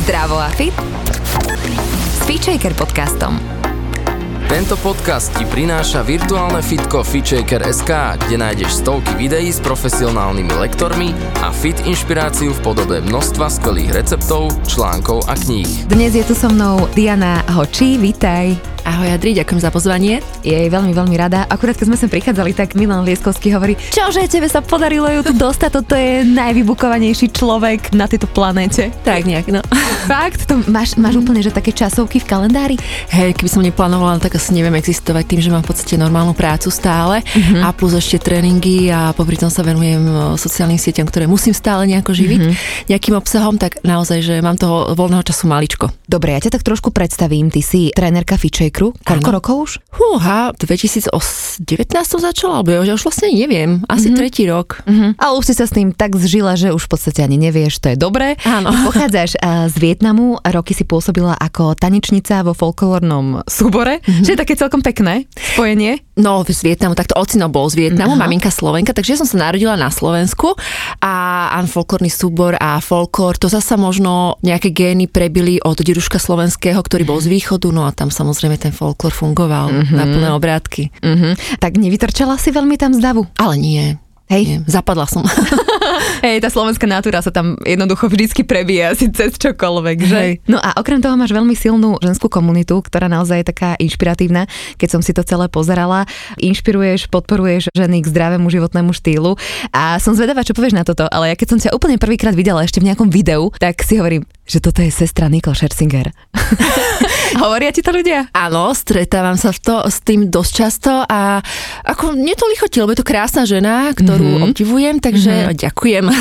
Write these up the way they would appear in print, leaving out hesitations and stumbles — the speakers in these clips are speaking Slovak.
Zdravo a fit s FitShaker podcastom. Tento podcast ti prináša virtuálne fitko FitShaker.sk, kde nájdeš stovky videí s profesionálnymi lektormi a fit inšpiráciu v podobe množstva skvelých receptov, článkov a kníh. Dnes je tu so mnou Diana Hočí, vítaj. Ahoj Adri, ďakujem za pozvanie. Je jej veľmi, veľmi rada. Akurát keď sme sem prichádzali, tak Milan Lieskovský hovorí, čože tebe sa podarilo ju tu dostať, toto je najvybukovanejší človek na tejto planéte. Tak nejak, no. Fakt? To máš úplne, že také časovky v kalendári? Hej, keby som neplánovala, tak asi neviem existovať tým, že mám v podstate normálnu prácu stále a plus ešte tréningy a popri tom sa venujem sociálnym sieťam, ktoré musím stále nejako živiť nejakým obsahom, tak naozaj, že mám toho voľného času maličko. Dobre, ja ťa tak trošku predstavím. Ty si trénerka FitShakeru. Koľko rokov už? 2019 som začala, alebo ja už vlastne neviem. Asi tretí rok. Ale už si sa s tým tak zžila, že už v podstate ani nevieš, to je dobré. Áno. Pochádzaš z Vietnamu, roky si pôsobila ako tanečnica vo folklórnom súbore, že je také celkom pekné spojenie. No, z Vietnamu, takto ocino bol z Vietnamu, maminka Slovenka, takže ja som sa narodila na Slovensku a folklórny súbor a folklór, to zasa možno nejaké gény prebili od deduška slovenského, ktorý bol z východu, no a tam samozrejme ten folklór fungoval na plné obrátky. Tak nevytrčala si veľmi tam z davu? Ale nie. Hej. Nie, zapadla som. Hej, tá slovenská natúra sa tam jednoducho vždycky prebíja asi cez čokoľvek, že? Hej. No a okrem toho máš veľmi silnú ženskú komunitu, ktorá naozaj je taká inšpiratívna, keď som si to celé pozerala. Inšpiruješ, podporuješ ženy k zdravému životnému štýlu a som zvedavá, čo povieš na toto, ale ja keď som ťa úplne prvýkrát videla ešte v nejakom videu, tak si hovorím, že toto je sestra Nicole Scherzinger. Hovoria ti to ľudia? Áno, stretávam sa s tým dosť často a ako mne to lichotí, lebo je to krásna žena, ktorú obdivujem, takže ďakujem.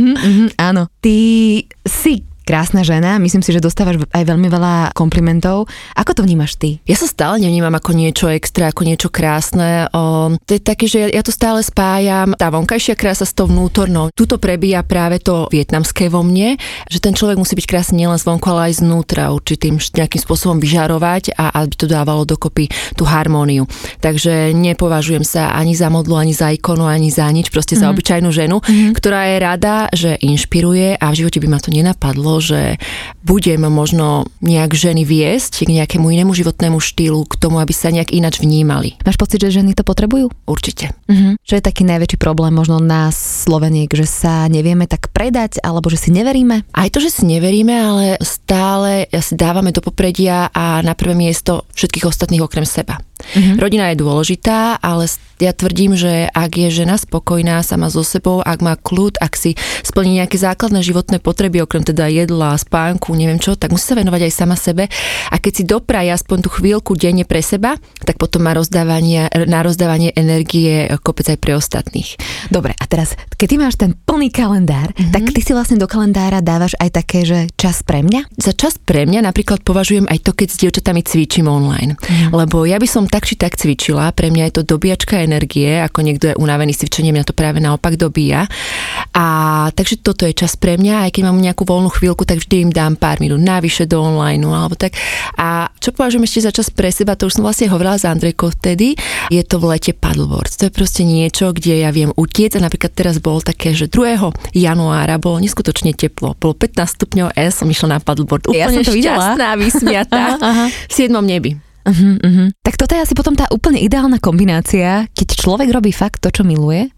Áno. Ty si krásna žena, myslím si, že dostávaš aj veľmi veľa komplimentov. Ako to vnímaš ty? Ja sa stále nevnímam ako niečo extra, ako niečo krásne. To je také, že ja to stále spájam, tá vonkajšia krása s tou vnútornou. Tuto prebíja práve to vietnamské vo mne, že ten človek musí byť krásny nielen zvonku, ale aj znútra, určitým nejakým spôsobom vyžarovať a aby to dávalo dokopy tú harmóniu. Takže nepovažujem sa ani za modlu, ani za ikonu, ani za nič, proste za obyčajnú ženu, ktorá je rada, že inšpiruje a v živote by ma to nenapadlo, že budem možno nejak ženy viesť k nejakému inému životnému štýlu, k tomu, aby sa nejak ináč vnímali. Máš pocit, že ženy to potrebujú? Určite. Čo je taký najväčší problém možno nás Sloveniek, že sa nevieme tak predať, alebo že si neveríme? Aj to, že si neveríme, ale stále si dávame do popredia a na prvé miesto všetkých ostatných okrem seba. Rodina je dôležitá, ale ja tvrdím, že ak je žena spokojná sama so sebou, ak má kľud, ak si splní nejaké základné životné potreby, okrem teda jedla, spánku, neviem čo, tak musí sa venovať aj sama sebe. A keď si dopraje aspoň tú chvíľku denne pre seba, tak potom má na rozdávanie energie kopec aj pre ostatných. Dobre, a teraz, keď ty máš ten plný kalendár, tak ty si vlastne do kalendára dávaš aj také, že čas pre mňa? Za čas pre mňa napríklad považujem aj to, keď s dievčatami cvičím online. Lebo ja by som tak či tak cvičila, pre mňa je to dobíjačka energie, ako niekto je unavený s cvičením, mňa to práve naopak dobíja. A takže toto je čas pre mňa, aj keď mám nejakú voľnú chvíľku, tak vždy im dám pár minút navyše do online, alebo tak. A čo považujem ešte za čas pre seba, to už som vlastne hovorila s Andrejkou vtedy, je to v lete paddleboard. To je proste niečo, kde ja viem utiec a napríklad teraz bolo také, že 2. januára bolo neskutočne teplo, bolo 15 stupňov a ja som išla na paddleboard. Úplne šťastná, vysmiatá v 7. nebi. Tak toto je asi potom tá úplne ideálna kombinácia, keď človek robí fakt to, čo miluje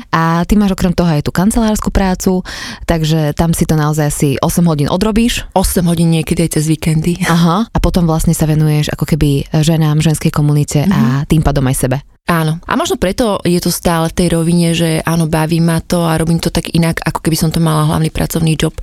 a ty máš okrem toho aj tú kancelárskú prácu, takže tam si to naozaj asi 8 hodín odrobíš. 8 hodín niekedy aj cez víkendy. Aha. A potom vlastne sa venuješ ako keby ženám, ženskej komunite a tým pádom aj sebe. Áno. A možno preto je to stále v tej rovine, že áno, baví ma to a robím to tak inak, ako keby som to mala hlavný pracovný job,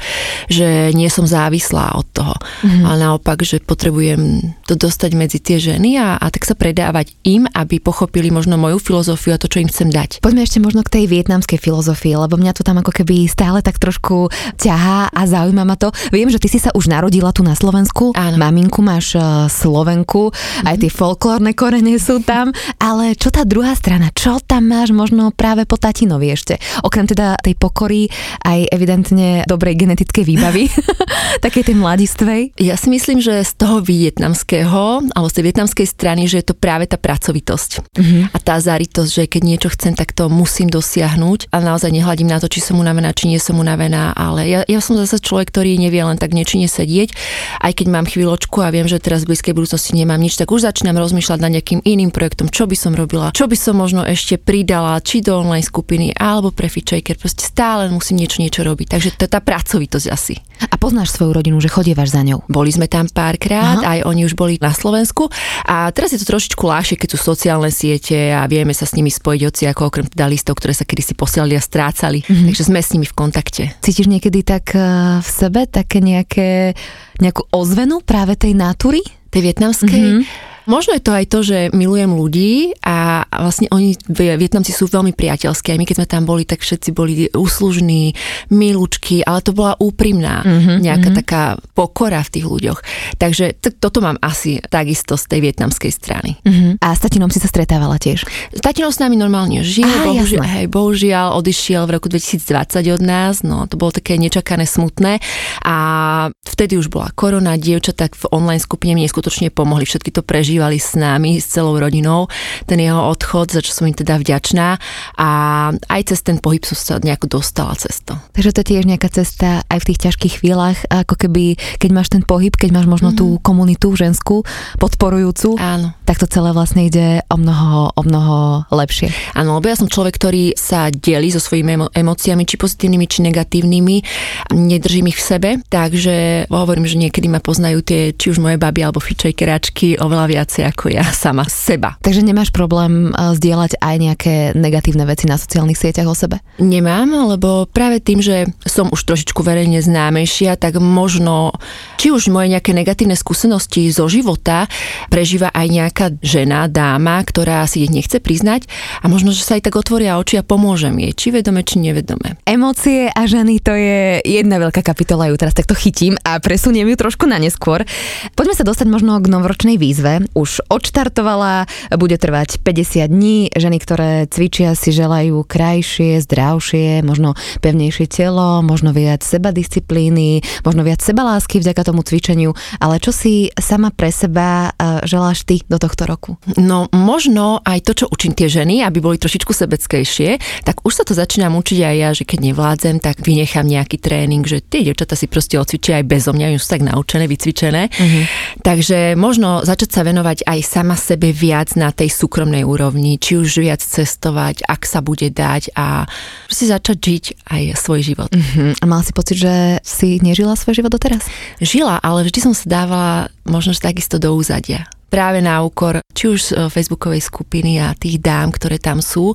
že nie som závislá od toho. Ale naopak, že potrebujem to dostať medzi tie ženy a tak sa predávať im, aby pochopili možno moju filozofiu a to, čo im chcem dať. Poďme ešte možno k tej vietnamskej filozofii, lebo mňa to tam ako keby stále tak trošku ťahá a zaujíma ma to. Viem, že ty si sa už narodila tu na Slovensku. Áno. Maminku máš Slovenku, aj tie folklórne korene sú tam, ale čo tá druhá strana? Čo tam máš možno práve po tatinovi ešte? Okrem teda tej pokory, aj evidentne dobrej genetickej výbavy, takej tej mladistvej. Ja si myslím, že z toho vietnamského, alebo z tej vietnamskej strany, že je to práve tá pracovitosť a tá zarytosť, že keď niečo chcem, tak to musím dosiahnuť a naozaj nehľadím na to, či som unavená, či nie som unavená, ale ja som zase človek, ktorý nevie len tak nečine sedieť, aj keď mám chvíľočku a viem, že teraz v blízkej budúcnosti nemám nič, tak už začínam rozmýšľať nad nejakým iným projektom, čo by som robila, čo by som možno ešte pridala, či do online skupiny, alebo pre FitShaker, proste stále musím niečo robiť. Takže to je tá pracovitosť asi. A poznáš svoju rodinu, že chodievaš za ňou? Boli sme tam párkrát, aj oni už boli na Slovensku a teraz je to trošičku ľahšie, keď sú sociálne siete a vieme sa s nimi spojiť ako okrem teda listov, ktoré sa kedysi posielali a strácali. Takže sme s nimi v kontakte. Cítiš niekedy tak v sebe také nejakú ozvenu práve tej natúry? Tej vietnamskej? Možno je to aj to, že milujem ľudí a vlastne oni, Vietnamci sú veľmi priateľskí. Aj my, keď sme tam boli, tak všetci boli úslužní, milúčky, ale to bola úprimná nejaká taká pokora v tých ľuďoch. Takže toto mám asi takisto z tej vietnamskej strany. A s tatinom si sa stretávala tiež? S tatinom s nami normálne žil, bohužiaľ odišiel v roku 2020 od nás, no to bolo také nečakané, smutné a vtedy už bola korona, dievčatá v online skupine mi neskutočne pomohli, všetky to prežívali s nami, s celou rodinou, ten jeho odchod, za čo som im teda vďačná a aj cez ten pohyb som sa nejako dostala cez to. Takže to je tiež nejaká cesta aj v tých ťažkých chvíľach, ako keby, keď máš ten pohyb, keď máš možno tú komunitu ženskú, podporujúcu, áno, tak to celé vlastne ide o mnoho lepšie. Áno, lebo ja som človek, ktorý sa delí so svojimi emóciami, či pozitívnymi, či negatívnymi, nedržím ich v sebe, takže hovorím, že niekedy ma poznajú tie, či už moje baby alebo FitShakeráčky oveľa viac ako ja sama seba. Takže nemáš problém zdieľať aj nejaké negatívne veci na sociálnych sieťach o sebe? Nemám, lebo práve tým, že som už trošičku verejne známejšia, tak možno, či už moje nejaké negatívne skúsenosti zo života prežíva aj nejaká žena, dáma, ktorá si ich nechce priznať a možno, že sa aj tak otvoria oči a pomôžem jej, či vedome, či nevedome. Emócie a ženy, to je jedna veľká kapitola, ju teraz takto chytím a presuniem ju trošku na neskôr. Poďme sa dostať možno k novoročnej výzve. Už odštartovala, bude trvať 50 dní. Ženy, ktoré cvičia, si želajú krajšie, zdravšie, možno pevnejšie telo, možno viac sebadisciplíny, možno viac sebalásky vďaka tomu cvičeniu. Ale čo si sama pre seba želáš ty do tohto roku? No možno aj to, čo učím tie ženy, aby boli trošičku sebeckejšie, tak už sa to začínam učiť aj ja, že keď nevládzem, tak vynechám nejaký tréning, že tie dievčatá si proste odcvičia aj bezo mňa, už sú tak naučené, vycvičené. Takže možno začať sa venovať aj sama sebe viac na tej súkromnej úrovni, či už viac cestovať, ak sa bude dať a proste začať žiť aj svoj život. A mal si pocit, že si nežila svoj život doteraz? Žila, ale vždy som sa dávala možno takisto do úzadia. Práve na úkor či už facebookovej skupiny a tých dám, ktoré tam sú,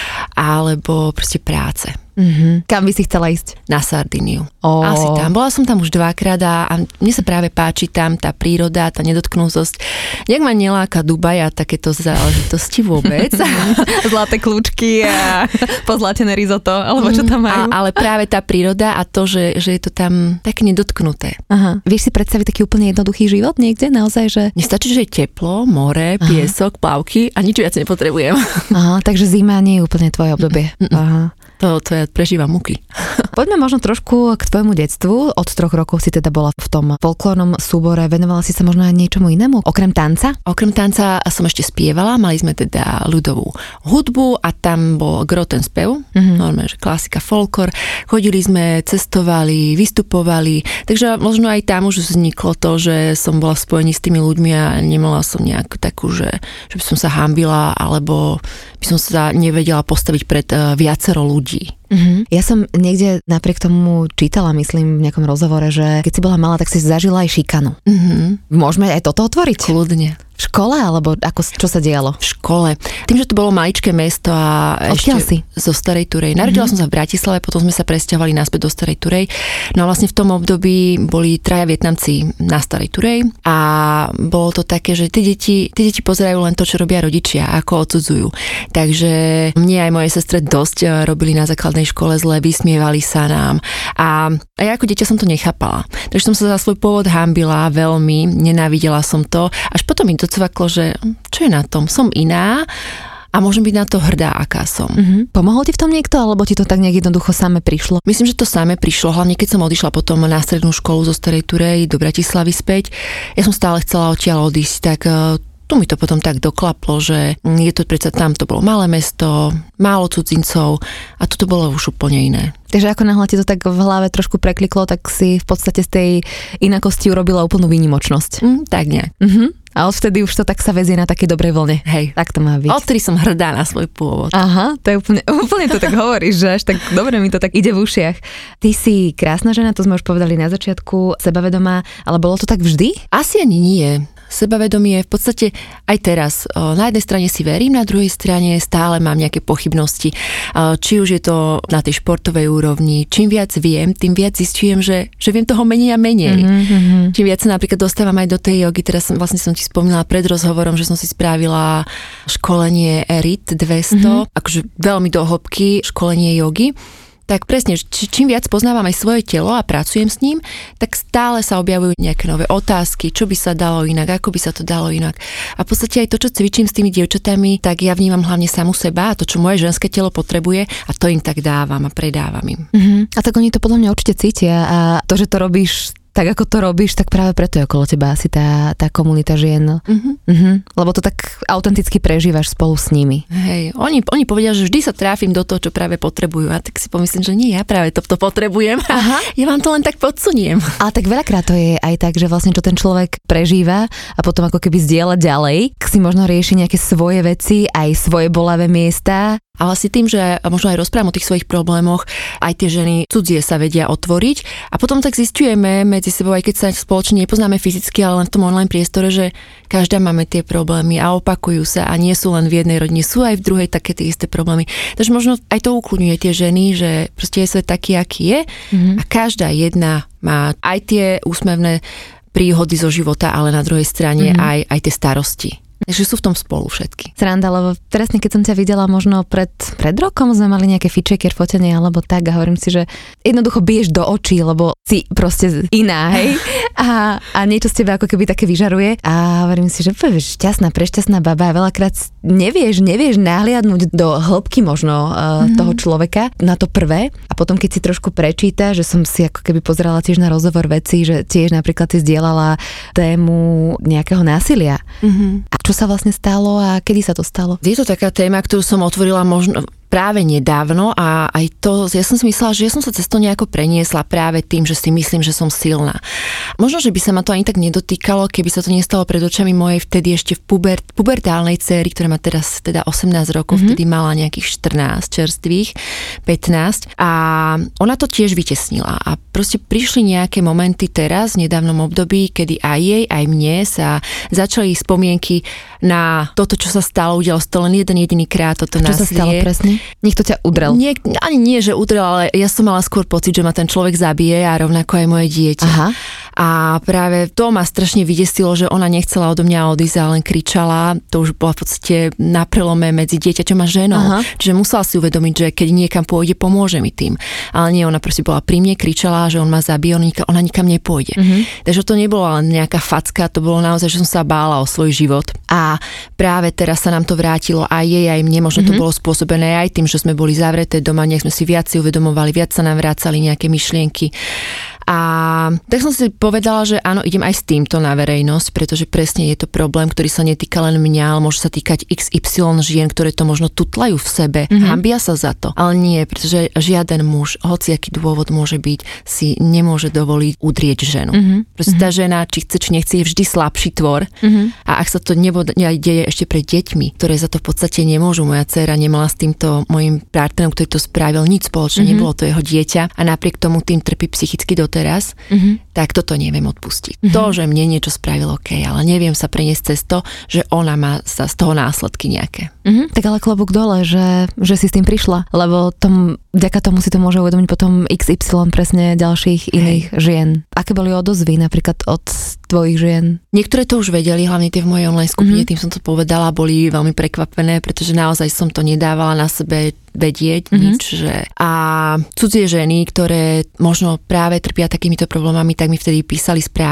alebo proste práce. Kam by si chcela ísť? Na Sardiniu. Asi tam. Bola som tam už 2-krát a mne sa práve páči tam tá príroda, tá nedotknutosť. Nejak ma neláka Dubaj a takéto záležitosti vôbec. Zlaté kľúčky a pozlatené risotto, alebo čo tam majú. Ale práve tá príroda a to, že je to tam také nedotknuté. Aha. Vieš si predstaviť taký úplne jednoduchý život niekde? Naozaj, že... Nestačí, že je teplo, more, piesok, plavky a nič viac nepotrebujem. Aha, takže zima nie je úplne tvoje obdobie. Aha. To ja prežívam muky. Poďme možno trošku k tvojmu detstvu. Od 3 rokov si teda bola v tom folklórnom súbore. Venovala si sa možno aj niečomu inému? Okrem tanca? Okrem tanca som ešte spievala. Mali sme teda ľudovú hudbu a tam bol gro ten spev. Normálne, že klasika, folklór. Chodili sme, cestovali, vystupovali. Takže možno aj tam už vzniklo to, že som bola v spojení s tými ľuďmi a nemala som nejakú takú, že by som sa hanbila alebo by som sa nevedela postaviť pred viacero ľudí. Ja som niekde napriek tomu čítala, myslím, v nejakom rozhovore, že keď si bola malá, tak si zažila aj šikanu. Môžeme aj toto otvoriť? Kľudne. V škole, alebo čo sa dialo? V škole. Tým, že to bolo maličké mesto a odkiaľ si? Zo Starej Turej. Narodila som sa v Bratislave, potom sme sa presťahovali naspäť do Starej Turej. No a vlastne v tom období boli 3 Vietnamci na Starej Turej a bolo to také, že tie deti pozerajú len to, čo robia rodičia, ako odsudzujú. Takže mne aj moje sestre dosť robili na základnej škole zle, vysmievali sa nám a ja ako dieťa som to nechápala. Takže som sa za svoj pôvod hanbila veľmi, nenávidela som to, až potom mi docvaklo, že čo je na tom, som iná a môžem byť na to hrdá, aká som. Pomohol ti v tom niekto, alebo ti to tak nejak jednoducho same prišlo? Myslím, že to same prišlo, hlavne keď som odišla potom na strednú školu zo Starej Turej do Bratislavy späť. Ja som stále chcela odtiaľ odísť, tak tu mi to potom tak doklaplo, že je to predsa tam, to bolo malé mesto, málo cudzincov a tu to bolo už úplne iné. Takže ako náhle ti to tak v hlave trošku prekliklo, tak si v podstate z tej inakosti urobila úplnú výnimočnosť. Tak nejak. A odvtedy už to tak sa vezie na takej dobrej vlne. Hej. Tak to má byť. Odtedy som hrdá na svoj pôvod. Aha, to je úplne to tak hovoríš, že až tak dobre mi to tak ide v ušiach. Ty si krásna žena, to sme už povedali na začiatku, sebavedomá, ale bolo to tak vždy? Asi ani nie. Sebavedomie v podstate aj teraz. Na jednej strane si verím, na druhej strane stále mám nejaké pochybnosti. Či už je to na tej športovej úrovni. Čím viac viem, tým viac zistujem, že viem toho menej a menej. Čím viac sa napríklad dostávam aj do tej jogy. Teraz som ti spomínala pred rozhovorom, že som si spravila školenie RIT 200, akože veľmi do hĺbky školenie jogy. Tak presne, čím viac poznávam aj svoje telo a pracujem s ním, tak stále sa objavujú nejaké nové otázky, čo by sa dalo inak, ako by sa to dalo inak. A v podstate aj to, čo cvičím s tými dievčatami, tak ja vnímam hlavne samu seba a to, čo moje ženské telo potrebuje a to im tak dávam a predávam im. A tak oni to podľa mňa určite cítia a to, že to robíš tak ako to robíš, tak práve preto je okolo teba asi tá komunita žien. Lebo to tak autenticky prežívaš spolu s nimi. Hej, oni povedia, že vždy sa tráfim do toho, čo práve potrebujú. A tak si pomyslím, že nie, ja práve to potrebujem. Aha. Ja vám to len tak podsuniem. Ale tak veľakrát to je aj tak, že vlastne čo ten človek prežíva a potom ako keby zdieľa ďalej, si možno rieši nejaké svoje veci, aj svoje bolavé miesta. Ale asi tým, že možno aj rozprávam o tých svojich problémoch, aj tie ženy cudzie sa vedia otvoriť a potom tak zisťujeme medzi sebou, aj keď sa spoločne nepoznáme fyzicky, ale len v tom online priestore, že každá máme tie problémy a opakujú sa a nie sú len v jednej rodine, sú aj v druhej také tie isté problémy. Takže možno aj to ukludňuje tie ženy, že proste je svet taký, aký je a každá jedna má aj tie úsmevné príhody zo života, ale na druhej strane aj tie starosti. Takže sú v tom spolu všetky. Sranda, lebo presne keď som ťa videla možno pred rokom sme mali nejaké fitchaker fotenie alebo tak a hovorím si, že jednoducho biješ do očí, lebo si proste iná, hej? A niečo z teba ako keby také vyžaruje a hovorím si, že šťastná, prešťastná baba a veľakrát nevieš nahliadnúť do hĺbky možno toho človeka na to prvé a potom keď si trošku prečíta, že som si ako keby pozerala tiež na rozhovor veci, že tiež napríklad si zdieľala tému nejakého násilia. A čo sa vlastne stalo a kedy sa to stalo? Je to taká téma, ktorú som otvorila možno práve nedávno a aj to, ja som si myslela, že ja som sa cez to nejako preniesla práve tým, že si myslím, že som silná. Možno, že by sa ma to ani tak nedotýkalo, keby sa to nestalo pred očami mojej vtedy ešte v pubertálnej dcéry, ktorá má teraz teda 18 rokov, vtedy mala nejakých 14 čerstvých, 15 a ona to tiež vytesnila a proste prišli nejaké momenty teraz v nedávnom období, kedy aj jej, aj mne sa začali spomienky na toto, čo sa stalo, udialo sa to len jeden jediný krát, toto násilie. Čo sa stalo presne? Niekto ťa udrel? Ani nie, že udrel, ale ja som mala skôr pocit, že ma ten človek zabije a rovnako aj moje dieťa. Aha. A práve to ma strašne vydesilo, že ona nechcela odo mňa odísť a len kričala. To už bola v podstate na prelome medzi dieťaťom a ženou. Aha. Čiže musela si uvedomiť, že keď niekam pôjde, pomôže mi tým. Ale nie, ona proste bola pri mne, kričala, že on ma zabije, ona nikam nepôjde. Takže to nebola len nejaká facka, to bolo naozaj, že som sa bála o svoj život. A práve teraz sa nám to vrátilo aj jej, aj mne, možno to bolo spôsobené aj tým, že sme boli zavreté doma, nech sme si viac si uvedomovali, viac sa nám vracali nejaké myšlienky. A tak som si povedala, že áno, idem aj s týmto na verejnosť, pretože presne je to problém, ktorý sa netýka len mňa, ale môže sa týkať XY žien, ktoré to možno tutlajú v sebe, hanbia sa za to. Ale nie, pretože žiaden muž, hociaký dôvod môže byť, si nemôže dovoliť udrieť ženu. Proste tá žena, či chce, či nechce, je vždy slabší tvor. A ak sa to deje ešte pred deťmi, ktoré za to v podstate nemôžu, moja dcéra nemala s týmto mojim partnerom, ktorý to spravil, nič spoločné, nebolo to jeho dieťa a napriek tomu tým trpí psychicky teraz, tak toto neviem odpustiť. To, že mne niečo spravilo, OK, ale neviem sa preniesť cez to, že ona má sa z toho následky nejaké. Tak ale klobúk dole, že si s tým prišla, lebo vďaka tomu si to môže uvedomiť potom XY presne ďalších iných žien. Aké boli odozvy napríklad od tvojich žien? Niektoré to už vedeli, hlavne tie v mojej online skupine, tým som to povedala, boli veľmi prekvapené, pretože naozaj som to nedávala na sebe vedieť nič, že a cudzie ženy, ktoré možno práve trpia takýmito problémami, tak mi vtedy písali správy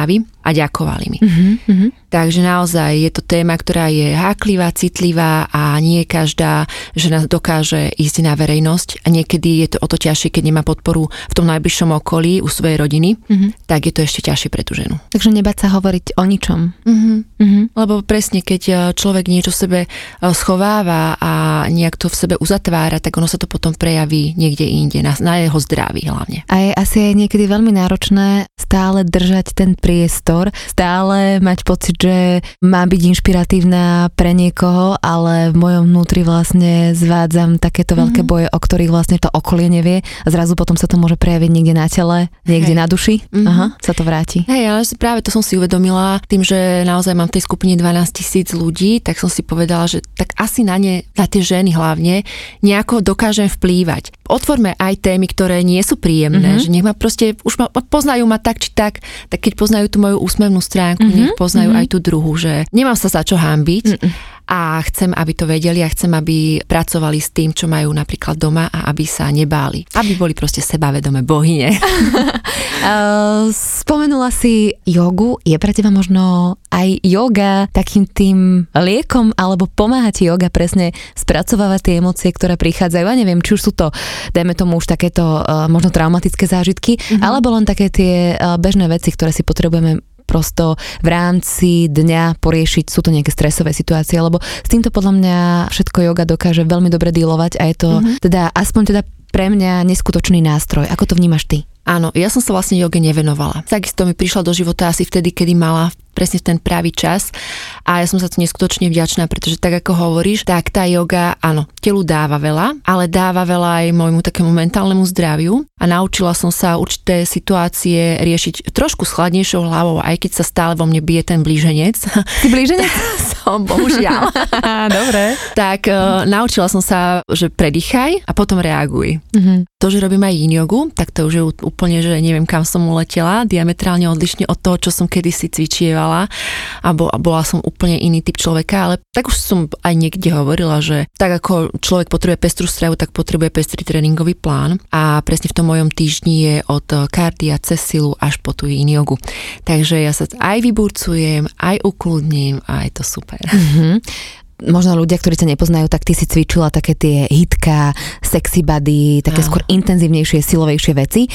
a ďakovali mi. Takže naozaj je to téma, ktorá je háklivá, citlivá a nie každá žena dokáže ísť na verejnosť a niekedy je to o to ťažšie, keď nemá podporu v tom najbližšom okolí u svojej rodiny, tak je to ešte ťažšie pre tú ženu. Takže nebáť sa hovoriť o ničom. Lebo presne, keď človek niečo v sebe schováva a nejak to v sebe uzatvára, tak ono sa to potom prejaví niekde inde, na jeho zdraví hlavne. A je asi aj niekedy veľmi náročné stále držať ten priestor, stále mať pocit, že má byť inšpiratívna pre niekoho, ale v mojom vnútri vlastne zvádzam takéto veľké boje, o ktorých vlastne to okolie nevie a zrazu potom sa to môže prejaviť niekde na tele, niekde na duši. Sa to vráti. Hej, ale práve to som si uvedomila tým, že naozaj mám v tej skupine 12 000 ľudí, tak som si povedala, že tak asi na tie ženy hlavne nejako dokážem vplývať. Otvorme aj témy, ktoré nie sú príjemné, že nech ma proste, poznajú ma tak či tak keď poznajú tú moju úsmevnú stránku, nech poznajú aj tú druhú, že nemám sa za čo hanbiť a chcem, aby to vedeli a chcem, aby pracovali s tým, čo majú napríklad doma a aby sa nebáli. Aby boli proste sebavedomé bohyne. Spomenula si jogu. Je pre teba možno aj yoga takým tým liekom, alebo pomáha ti yoga presne spracovávať tie emócie, ktoré prichádzajú? Ja neviem, či už sú to, dajme tomu už takéto možno traumatické zážitky, alebo len také tie bežné veci, ktoré si potrebujeme prosto v rámci dňa poriešiť, sú to nejaké stresové situácie, lebo s týmto podľa mňa všetko yoga dokáže veľmi dobre dealovať a je to teda aspoň teda pre mňa neskutočný nástroj. Ako to vnímaš ty? Áno, ja som sa vlastne joge nevenovala. Takisto mi prišla do života asi vtedy, kedy mala presne ten pravý čas a ja som sa to neskutočne vďačná, pretože tak ako hovoríš, tak tá joga, áno, telu dáva veľa, ale dáva veľa aj môjmu takému mentálnemu zdraviu a naučila som sa určité situácie riešiť trošku s chladnejšou hlavou, aj keď sa stále vo mne bije ten blíženec. Si blíženec? Som, bohužiaľ. Dobre. Tak naučila som sa, že predýchaj a potom reaguj. To, že robím aj yin jogu, tak to už je úplne, že neviem, kam som uletela, diametrálne odlišne od toho, čo som kedysi cvičievala a bola som úplne iný typ človeka, ale tak už som aj niekde hovorila, že tak ako človek potrebuje pestrú stravu, tak potrebuje pestrý tréningový plán a presne v tom mojom týždni je od kardia cez silu až po tú yin jogu. Takže ja sa aj vyburcujem, aj ukludním a je to super. Možno ľudia, ktorí ťa nepoznajú, tak ty si cvičila také tie hitka, sexy body, také skôr intenzívnejšie, silovejšie veci.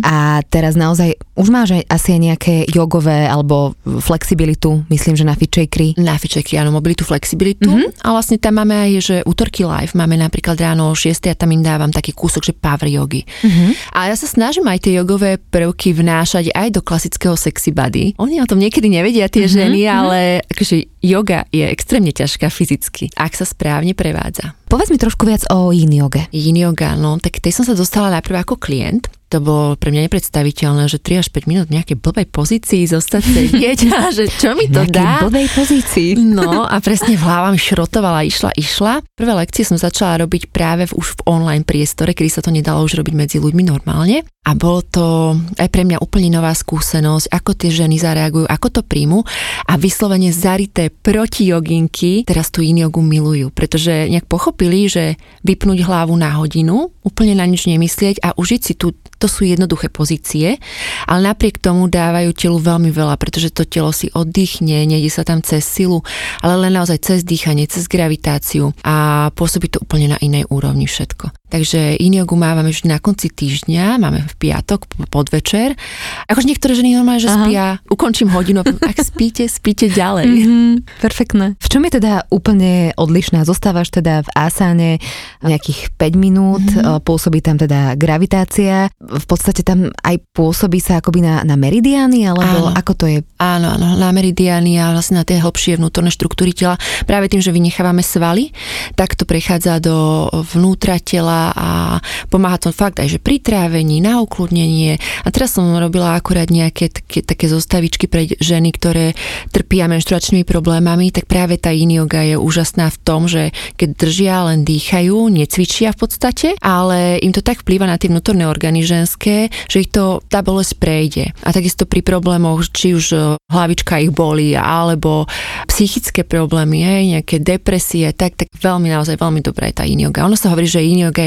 A teraz naozaj už máš aj asi aj nejaké jogové alebo flexibilitu, myslím, že na FitShakeri. Na FitShakeri, áno, mobilitu, flexibilitu. A vlastne tam máme aj, že útorky live, máme napríklad ráno o 6 a tam im dávam taký kúsok, že power jogy. A ja sa snažím aj tie jogové prvky vnášať aj do klasického sexy body. Oni o tom niekedy nevedia tie ženy, ale akože yoga je extrémne ťažká fyzicky, ak sa správne prevádza. Povedz mi trošku viac o yin joge. Yin yoga, no tak tej som sa dostala najprv ako klient. To bolo pre mňa nepredstaviteľné, že 3 až 5 minút v nejakej blbej pozícii zostať sedieť a že čo mi to dá. V blbej pozícii. No a presne v hlava mi šrotovala, išla. Prvé lekcie som začala robiť práve už v online priestore, kedy sa to nedalo už robiť medzi ľuďmi normálne. A bolo to aj pre mňa úplne nová skúsenosť, ako tie ženy zareagujú, ako to príjmu a vyslovene zarité proti joginky teraz tú yin jogu milujú, pretože nejak pochopili, že vypnúť hlavu na hodinu, úplne na nič nemyslieť a užiť si to sú jednoduché pozície, ale napriek tomu dávajú telu veľmi veľa, pretože to telo si oddychne, nejde sa tam cez silu, ale len naozaj cez dýchanie, cez gravitáciu a pôsobí to úplne na inej úrovni všetko. Takže yin jogu máme vždy na konci týždňa, máme v piatok, podvečer. Akože niektoré ženy normálne, že spia, ukončím hodinu, ak spíte ďalej. Perfektné. V čom je teda úplne odlišná? Zostávaš teda v asáne nejakých 5 minút, pôsobí tam teda gravitácia, v podstate tam aj pôsobí sa akoby na meridiány, alebo ako to je? Áno, na meridiány a vlastne na tie hlbšie vnútorné štruktúry tela. Práve tým, že vynechávame svaly, tak to prechádza do vnútra tela a pomáha to fakt aj, že pri trávení, na ukludnenie. A teraz som robila akurát nejaké také zostavičky pre ženy, ktoré trpia menštruačnými problémami, tak práve tá yin yoga je úžasná v tom, že keď držia, len dýchajú, necvičia v podstate, ale im to tak vplýva na tie vnútorné orgány ženské, že ich to tá bolesť prejde. A takisto pri problémoch, či už hlavička ich bolí, alebo psychické problémy, nejaké depresie, tak veľmi, naozaj veľmi dobrá je tá yin yoga. Ono sa hovorí, že yin yoga je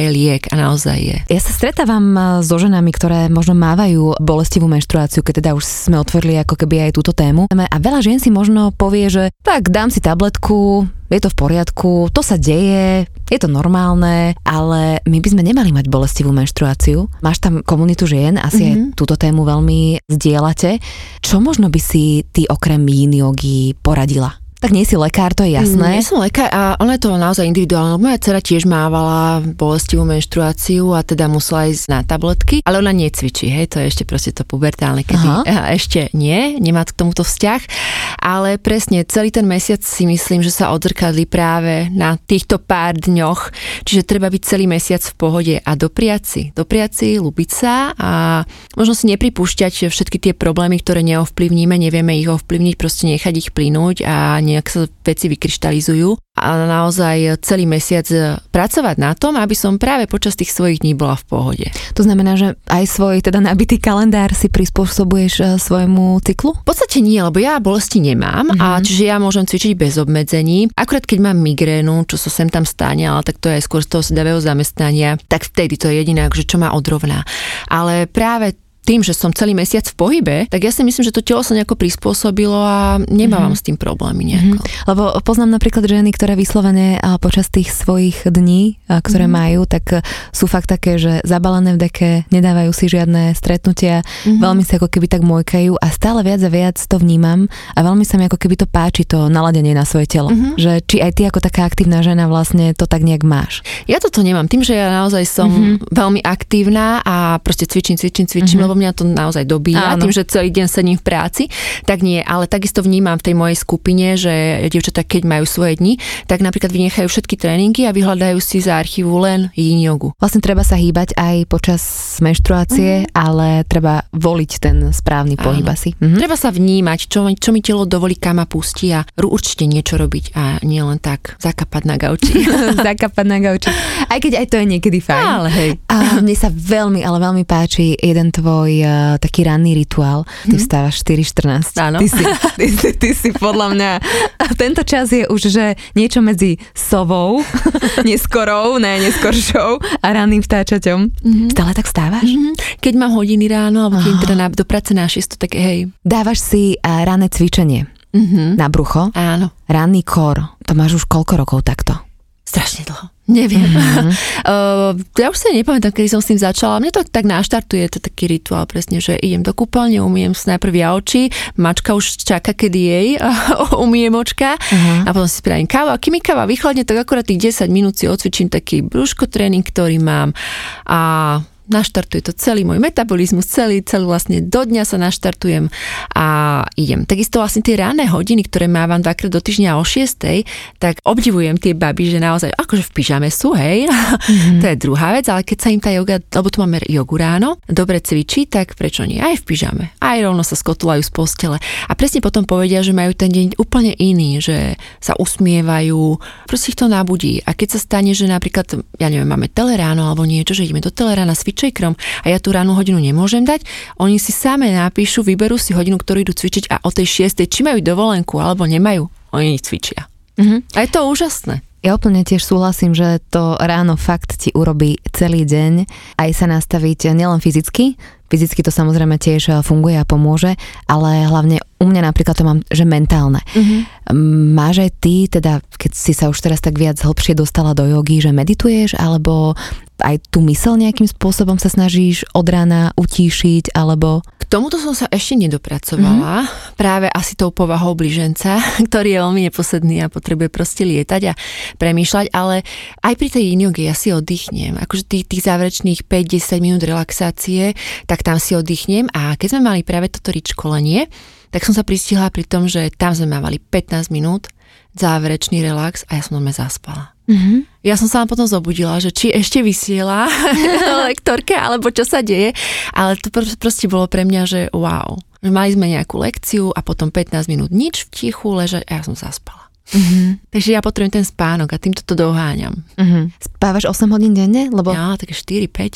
je liek a naozaj je. Ja sa stretávam so ženami, ktoré možno mávajú bolestivú menštruáciu, keď teda už sme otvorili ako keby aj túto tému. A veľa žien si možno povie, že tak dám si tabletku, je to v poriadku, to sa deje, je to normálne, ale my by sme nemali mať bolestivú menštruáciu. Máš tam komunitu žien, asi aj túto tému veľmi zdieľate. Čo možno by si ty okrem yin jogy poradila? Tak nie si lekár, to je jasné. Nie som lekár a ono je to naozaj individuálne. Moja dcera tiež mávala bolestivú menštruáciu a teda musela ísť na tabletky, ale ona necvičí, hej, to je ešte proste to pubertálne, kedy ešte nemá k tomuto vzťah, ale presne celý ten mesiac si myslím, že sa odzrkadlí práve na týchto pár dňoch, čiže treba byť celý mesiac v pohode a dopriať si, ľúbiť sa a možno si nepripúšťať všetky tie problémy, ktoré neovplyvníme, nevieme ich ovplyvniť, proste nechať ich plynúť a nejak sa veci vykryštalizujú a naozaj celý mesiac pracovať na tom, aby som práve počas tých svojich dní bola v pohode. To znamená, že aj svoj teda nabitý kalendár si prispôsobuješ svojmu cyklu? V podstate nie, lebo ja bolesti nemám a čiže ja môžem cvičiť bez obmedzení. Akurát keď mám migrénu, čo sa sem tam stane, ale tak to je aj skôr z toho sedavého zamestnania, tak vtedy to je jediné, akože čo ma odrovná. Ale práve tým, že som celý mesiac v pohybe, tak ja si myslím, že to telo sa nejako prispôsobilo a nemávam s tým problémy nejako. Lebo poznám napríklad ženy, ktoré vyslovene počas tých svojich dní, ktoré majú, tak sú fakt také, že zabalené v deke, nedávajú si žiadne stretnutia, veľmi sa ako keby tak mojkajú a stále viac a viac to vnímam a veľmi sa mi ako keby to páči, to naladenie na svoje telo. Že či aj ty ako taká aktívna žena vlastne to tak nejak máš. Ja toto nemám. Tým, že ja naozaj som veľmi aktívna a proste cvičím, lebo mňa to naozaj dobíja, tým, že celý deň sedím v práci, tak nie, ale takisto vnímam v tej mojej skupine, že dievčatá, keď majú svoje dni, tak napríklad vynechajú všetky tréningy a vyhľadajú si za archívu len yin jogu. Vlastne treba sa hýbať aj počas menštruácie, ale treba voliť ten správny pohyb asi. Treba sa vnímať, čo mi telo dovolí, kam ma pustí a určite niečo robiť a nie len tak zakapať na gauči. Zakapať na gauči. Aj keď aj to je niekedy fajn. Ale hej. A mne sa veľmi, ale veľmi páči jeden tvoj taký ranný rituál. Ty vstávaš 4:14. Áno. Ty si podľa mňa tento čas je už, že niečo medzi sovou, neskoršou a ranným vtáčaťom. Stále tak vstávaš? Keď mám hodiny ráno, alebo keď teda do práce na 6, tak hej. Dávaš si ranné cvičenie na brucho? Áno. Ranný core. To máš už koľko rokov takto? Strašne dlho. Neviem. Ja už sa nepamätám, kedy som s tým začala. Mne to tak naštartuje, to taký rituál presne, že idem do kúpeľne, umyjem si najprv ja oči, mačka už čaká, kedy jej umyjem očka a potom si spravím kávu. A kým mi káva vychladne, tak akurát tých 10 minút si odcvičím taký brúškotréning, ktorý mám a naštartuje to celý môj metabolizmus, celý vlastne do dňa sa naštartujem a idem. Takisto vlastne tie ranné hodiny, ktoré mávam 2-krát do týždňa o 6:00, tak obdivujem tie baby, že naozaj akože v pyžame sú, hej. To je druhá vec, ale keď sa im tá joga, lebo tu máme jogu ráno, dobre cvičí, tak prečo nie? Aj v pyžame. Aj rovno sa skotulajú z postele. A presne potom povedia, že majú ten deň úplne iný, že sa usmievajú, proste ich to nabudí. A keď sa stane, že napríklad, ja neviem, máme teleráno alebo niečo, že ideme do telerána cvičejkrom a ja tú ránu hodinu nemôžem dať, oni si same napíšu, vyberú si hodinu, ktorú idú cvičiť a o tej 6:00, či majú dovolenku alebo nemajú, oni cvičia. A je to úžasné. Ja úplne tiež súhlasím, že to ráno fakt ti urobí celý deň, aj sa nastaviť nielen fyzicky to samozrejme tiež funguje a pomôže, ale hlavne u mňa napríklad to mám, že mentálne. Máš aj ty, teda keď si sa už teraz tak viac hlbšie dostala do jogy, že medituješ, alebo aj tú myseľ nejakým spôsobom sa snažíš od rána utíšiť, alebo... K tomuto som sa ešte nedopracovala, práve asi tou povahou blíženca, ktorý je veľmi neposedný a potrebuje proste lietať a premýšľať, ale aj pri tej yin joge ja si oddychnem. Akože tých záverečných 5-10 minút relaxácie, tak tam si oddychnem a keď sme mali práve toto školenie, tak som sa pristihla pri tom, že tam sme mávali 15 minút záverečný relax a ja som normálne zaspala. Ja som sa vám potom zobudila, že či ešte vysiela lektorka, alebo čo sa deje, ale to proste bolo pre mňa, že wow. Mali sme nejakú lekciu a potom 15 minút nič v tichu ležať a ja som zaspala. Takže ja potrebujem ten spánok a týmto to doháňam. Spávaš 8 hodín denne? Lebo... Ja, také 4-5.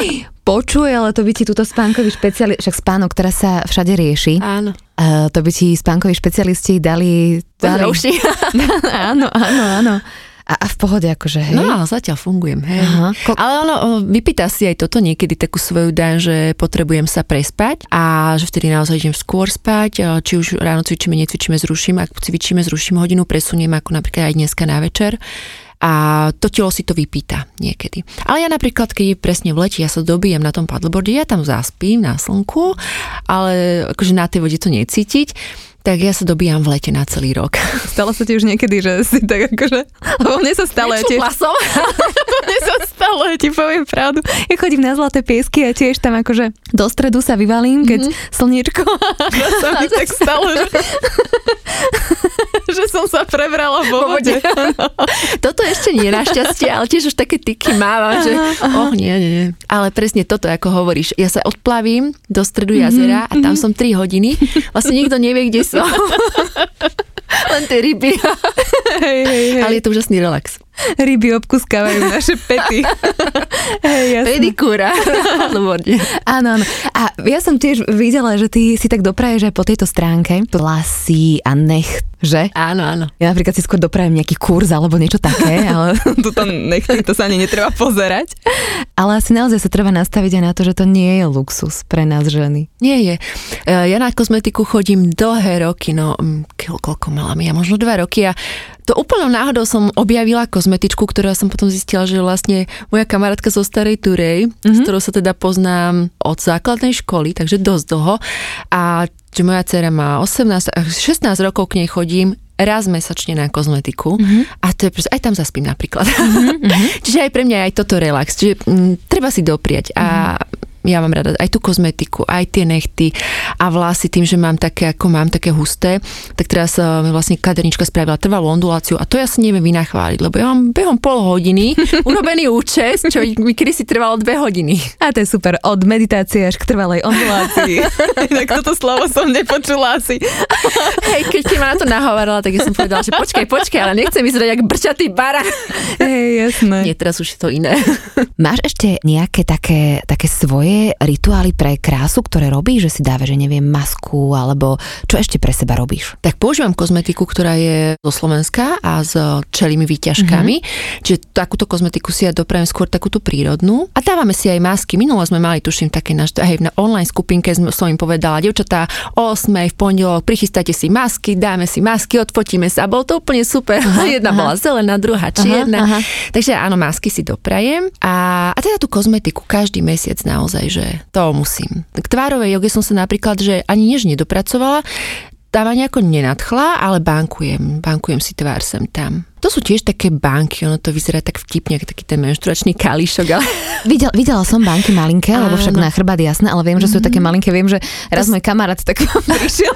Počuj, ale to by ti túto spánkový špecialist, však spánok teraz sa všade rieši. Áno. To by ti spánkoví špecialisti dali... Áno. Áno. A A v pohode akože, hej? No, zatiaľ fungujem, hej. Ale ono vypýta si aj toto niekedy takú svoju daň, že potrebujem sa prespať a že vtedy naozaj idem skôr spať, či už ráno cvičíme, necvičíme, zruším, ak cvičíme, zruším hodinu, presuniem ako napríklad aj dneska na večer. A to telo si to vypýta niekedy. Ale ja napríklad, keď presne v lete, ja sa dobijem na tom paddleboarde, ja tam zaspím na slnku, ale akože na tej vode to necítiť, tak ja sa dobíjam v lete na celý rok. Stalo sa ti už niekedy, že si tak akože... Lebo mne sa stalo, ja ti poviem pravdu. Ja chodím na Zlaté piesky a tiež tam akože do stredu sa vyvalím, keď slniečko a sa mi tak stalo, že som sa prebrala vo vode. Toto ešte nie našťastie, ale tiež už také tyky mávam, že nie. Ale presne toto, ako hovoríš. Ja sa odplavím do stredu jazera a tam som 3 hodiny. Vlastne nikto nevie, kde som. Len tie ryby. Hej. Ale je to úžasný relax. Ryby obkuskávajú naše pety. Pedikúra. Áno. A ja som tiež videla, že ty si tak dopraješ aj po tejto stránke. Vlasy a necht, že? Áno. Ja napríklad si skôr doprajem nejaký kurz alebo niečo také, ale tuto nechty, to sa ani netreba pozerať. Ale asi naozaj sa treba nastaviť aj na to, že to nie je luxus pre nás ženy. Nie je. Ja na kozmetiku chodím dlhé roky, koľko mala mi? Ja možno 2 roky a to úplnou náhodou som objavila kozmetičku, ktorá som potom zistila, že vlastne moja kamarátka zo Starej Turej, s ktorou sa teda poznám od základnej školy, takže dosť dlho. A že moja dcera má 16 rokov, k nej chodím raz mesačne na kozmetiku a to je proste, aj tam zaspím napríklad. Čiže aj pre mňa je aj toto relax. Čiže treba si dopriať a ja mám rada aj tú kozmetiku, aj tie nechty a vlasy tým, že mám také husté, tak teraz mi vlastne kadernička spravila trvalú onduláciu a to ja si neviem vynachváliť, lebo ja mám behom pol hodiny urobený účes, čo mi kedysi trvalo 2 hodiny. A to je super, od meditácie až k trvalej ondulácii. Tak toto slovo som nepočula asi. Hej, keď ma na to nahovorila, tak ja som povedala, že počkaj, ale nechcem vyzerať jak brčatý barán. Hej, jasné. Nie, teraz už je to iné. Máš ešte nejaké také svoje rituály pre krásu, ktoré robíš, že si dávaš, že neviem, masku, alebo čo ešte pre seba robíš? Tak používam kozmetiku, ktorá je zo Slovenska a s čelými výťažkami. Čiže takúto kozmetiku si ja doprajem skôr takúto prírodnú. A dávame si aj masky. Minulo sme mali, tuším, také na online skupinke som im povedala, dievčatá, o 8 v pondelok, prichystajte si masky, dáme si masky, odfotíme sa. Bolo to úplne super. Jedna bola zelená, druhá čierna. Takže áno, masky si doprajem. A teda tú kozmetiku každý mesiac naozaj, že to musím. K tvárovej joge som sa napríklad, že ani než nedopracovala, tá ma nejako nenadchla, ale bankujem si tvár sem tam. To sú tiež také banky, ono to vyzerá tak vtipne, ako taký ten menštruačný kališok, ale... Videla som banky malinké, lebo však na chrbát jasné, ale viem, že sú také malinké, viem, že raz môj kamarát tak prišiel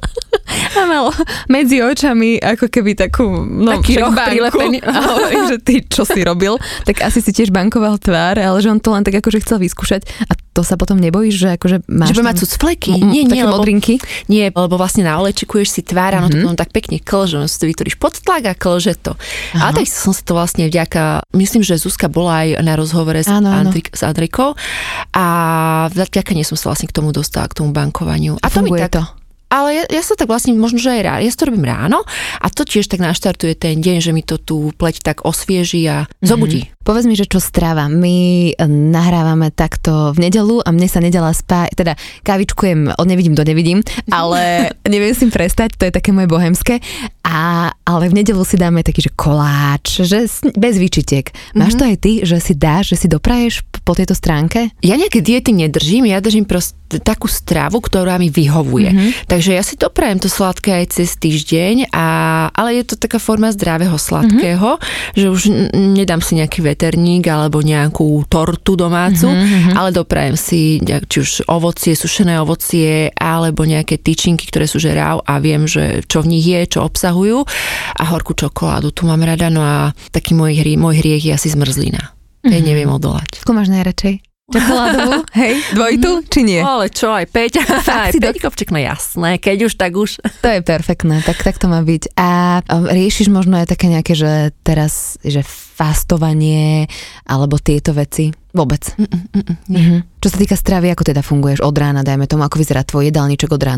a mal medzi očami ako keby takú, taký roh prilepený. A hovorím, že ty čo si robil, tak asi si tiež bankoval tvár, ale že on to len tak akože chcel vyskúšať a to sa potom nebojíš, že akože máš... Že mať cucfleky? Nie, modrinky? Nie, lebo vlastne naolečikuješ si tvár, áno, to tak pekne klže, si to vytvoríš pod tlak a klže to. A tak som sa to vlastne myslím, že Zuzka bola aj na rozhovore s Andrikou a vďaka nej som sa vlastne k tomu dostala, k tomu bankovaniu. A to funguje to? Ale ja sa tak vlastne možno, že aj rád. Ja to robím ráno a to tiež tak naštartuje ten deň, že mi to tú pleť tak osvieži a zobudí. Povedz mi, že čo strava. My nahrávame takto v nedeľu a mne sa nedeľa teda kávičkujem od nevidím do nevidím, ale neviem si prestať, to je také moje bohemské. Ale v nedeľu si dáme taký, že koláč, že bez výčitiek. Máš to aj ty, že si dáš, že si dopraješ po tejto stránke? Ja nejaké diety nedržím, ja držím proste takú stravu, ktorá mi vyhovuje. Takže ja si doprajem to sladké aj cez týždeň, ale je to taká forma zdravého sladkého, že už nedám si nejaký veterník alebo nejakú tortu domácu, ale doprajem si či už ovocie, sušené ovocie alebo nejaké tyčinky, ktoré sú že raw a viem, že čo v nich je, čo obsahujú a horkú čokoládu, tu mám rada, no a taký môj hriech je asi zmrzlina. Ja neviem odolať. Ako máš najradšej? Čokoládovú? Hej, dvojitu, či nie? Ale čo, aj 5? Aj 5 kopček, no jasné, keď už, tak už. To je perfektné, tak to má byť. A riešiš možno aj také nejaké, že teraz, že fastovanie, alebo tieto veci? Vôbec? Nie. Čo sa týka stravy, ako teda funguješ od rána, dajme tomu, ako vyzerá tvoj jedálniček od rána?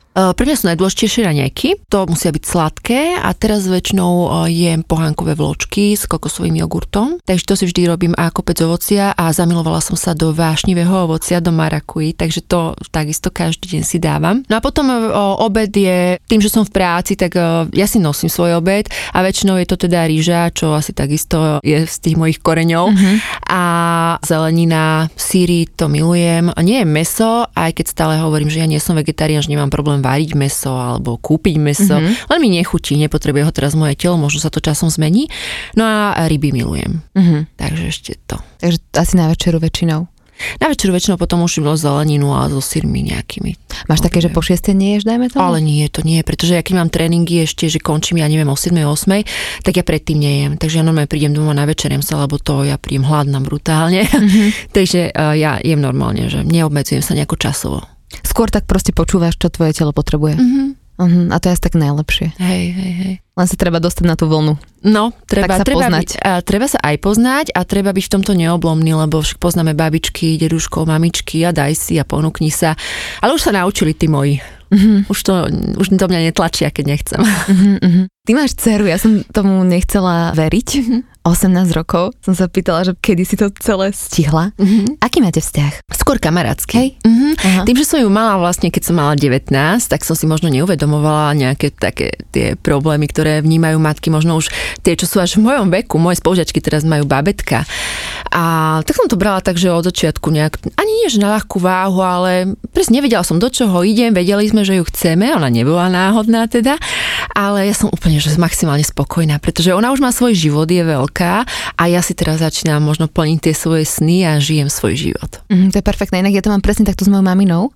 Pre mňa sú najdôležitejšie raňajky, to musia byť sladké a teraz väčšinou jem pohánkové vločky s kokosovým jogurtom, takže to si vždy robím a kopec ovocia a zamilovala som sa do vášnivého ovocia, do marakuji, takže to takisto každý deň si dávam. No a potom obed je, tým, že som v práci, tak ja si nosím svoj obed a väčšinou je to teda rýža, čo asi takisto je z tých mojich koreňov a zelenina, síry, to milujem. Nie je mäso, aj keď stále hovorím, že ja nie som vegetarián, že nemám problém variť mäso alebo kúpiť mäso, len mi nechutí, nepotrebuje ho teraz moje telo, možno sa to časom zmení. No a ryby milujem. Takže ešte to. Takže asi na večeru väčšinou. Na večeru väčšinou potom už zeleninu a so syrmi nejakými. Máš také, že po 6 neješ, dajme tomu? Ale nie, to nie, pretože ja keď mám tréningy ešte, že končím, ja neviem, o 7-8, tak ja predtým nejem. Takže ja normálne prídem domov na večeriem sa, lebo to ja príjem hladná brutálne. Takže ja jem normálne, že neobmedzujem sa nejako časovo. Skôr tak proste počúvaš, čo tvoje telo potrebuje. A to je asi tak najlepšie. Hej. Len sa treba dostať na tú vlnu. No, treba poznať. Treba sa aj poznať a treba byť v tomto neoblomný, lebo však poznáme babičky, deduškov, mamičky a daj si a ponúkni sa. Ale už sa naučili tí moji. Už do mňa netlačia, keď nechcem. Ty máš dceru, ja som tomu nechcela veriť. 18 rokov som sa pýtala, že kedy si to celé stihla. Aký máte vzťah? Skôr kamarátsky. Tým, že som ju mala vlastne, keď som mala 19, tak som si možno neuvedomovala nejaké také tie problémy, ktoré vnímajú matky, možno už tie, čo sú až v mojom veku. Moje spolužiačky teraz majú babetka. A tak som to brala tak, že od začiatku nejak, ani nie, že na ľahkú váhu, ale presne nevedela som, do čoho idem, vedeli sme, že ju chceme, ona nebola náhodná teda, ale ja som úplne, že maximálne spokojná, pretože ona už má svoj život, je veľká a ja si teraz začínam možno plniť tie svoje sny a žijem svoj život. To je perfektné, inak ja to mám presne takto s mojou maminou.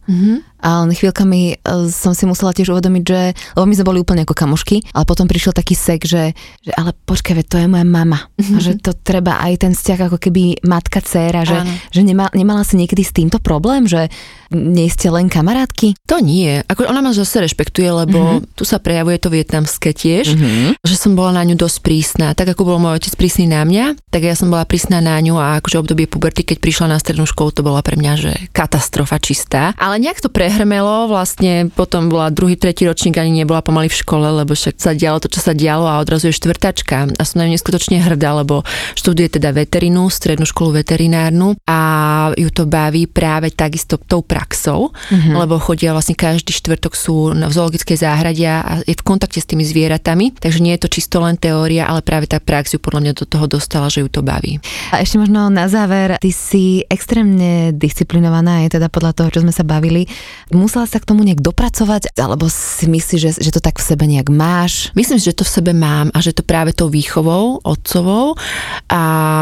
A chvíľkami som si musela tiež uvedomiť, že, lebo my sme boli úplne ako kamošky, ale potom prišiel taký sek, že ale počkaj, to je moja mama. A že to treba aj ten vzťah ako keby matka, dcéra, že nemala si niekedy s týmto problém, že nie ste len kamarátky? To nie. Ako ona ma zase rešpektuje, lebo tu sa prejavuje to vietnamské tiež, že som bola na ňu dosť prísna. Tak ako bol môj otec prísny na mňa, tak ja som bola prísna na ňu a akože obdobie puberty, keď prišla na strednú školu, to bola pre mňa, že katastrofa čistá. Ale nejak to prehrmelo, vlastne potom bola 2., 3. ročník, ani nebola pomaly v škole, lebo však sa dialo to, čo sa dialo a odrazu je 4. A som na ňu neskutočne hrdá, lebo študuje teda veterinu, strednú školu veterinárnu a ju to baví práve takisto tou praxou, lebo chodia vlastne každý štvrtok sú v zoologickej záhrade a je v kontakte s tými zvieratami, takže nie je to čisto len teória, ale práve tá prax ju podľa mňa do toho dostala, že ju to baví. A ešte možno na záver, ty si extrémne disciplinovaná, je teda podľa toho, čo sme sa bavili. Musela sa k tomu nejak dopracovať, alebo si myslíš, že to tak v sebe nejak máš? Myslím, že to v sebe mám a že to práve tou výchovou, otcovou a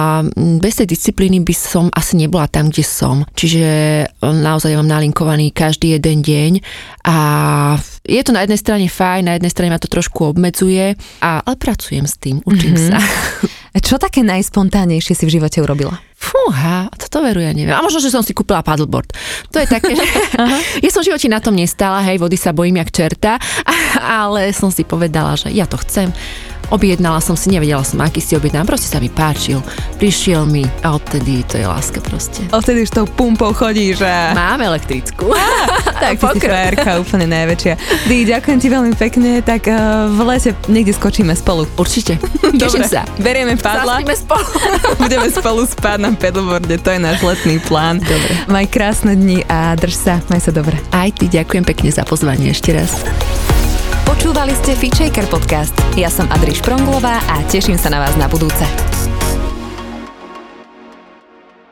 bez tej disciplíny by som asi nebola tam, kde som. Čiže naozaj mám nalinkovaný každý jeden deň a je to na jednej strane fajn, na jednej strane ma to trošku obmedzuje, ale pracujem s tým, učím sa. A čo také najspontánnejšie si v živote urobila? Fúha, toto veru, ja neviem. A možno, že som si kúpila paddleboard. To je také, že ja som v živote na tom nestála, hej, vody sa bojím jak čerta, ale som si povedala, že ja to chcem. Objednala som si, nevedela som, aký si objednám, proste sa mi páčil, prišiel mi a odtedy to je láska proste. Odtedy už tou pumpou chodíš a... Mám elektrickú. Tak ty si frajerka úplne najväčšia. Dí, ďakujem ti veľmi pekne, tak v lete niekde skočíme spolu. Určite. Teším sa. Berieme padla. Zaspíme spolu. Budeme spolu spať na paddleboarde, to je náš letný plán. Dobre. Maj krásne dni a drž sa, maj sa dobre. Aj ty, ďakujem pekne za pozvanie ešte raz. Počúvali ste Fit Shaker podcast. Ja som Adri Špronglová a teším sa na vás na budúce.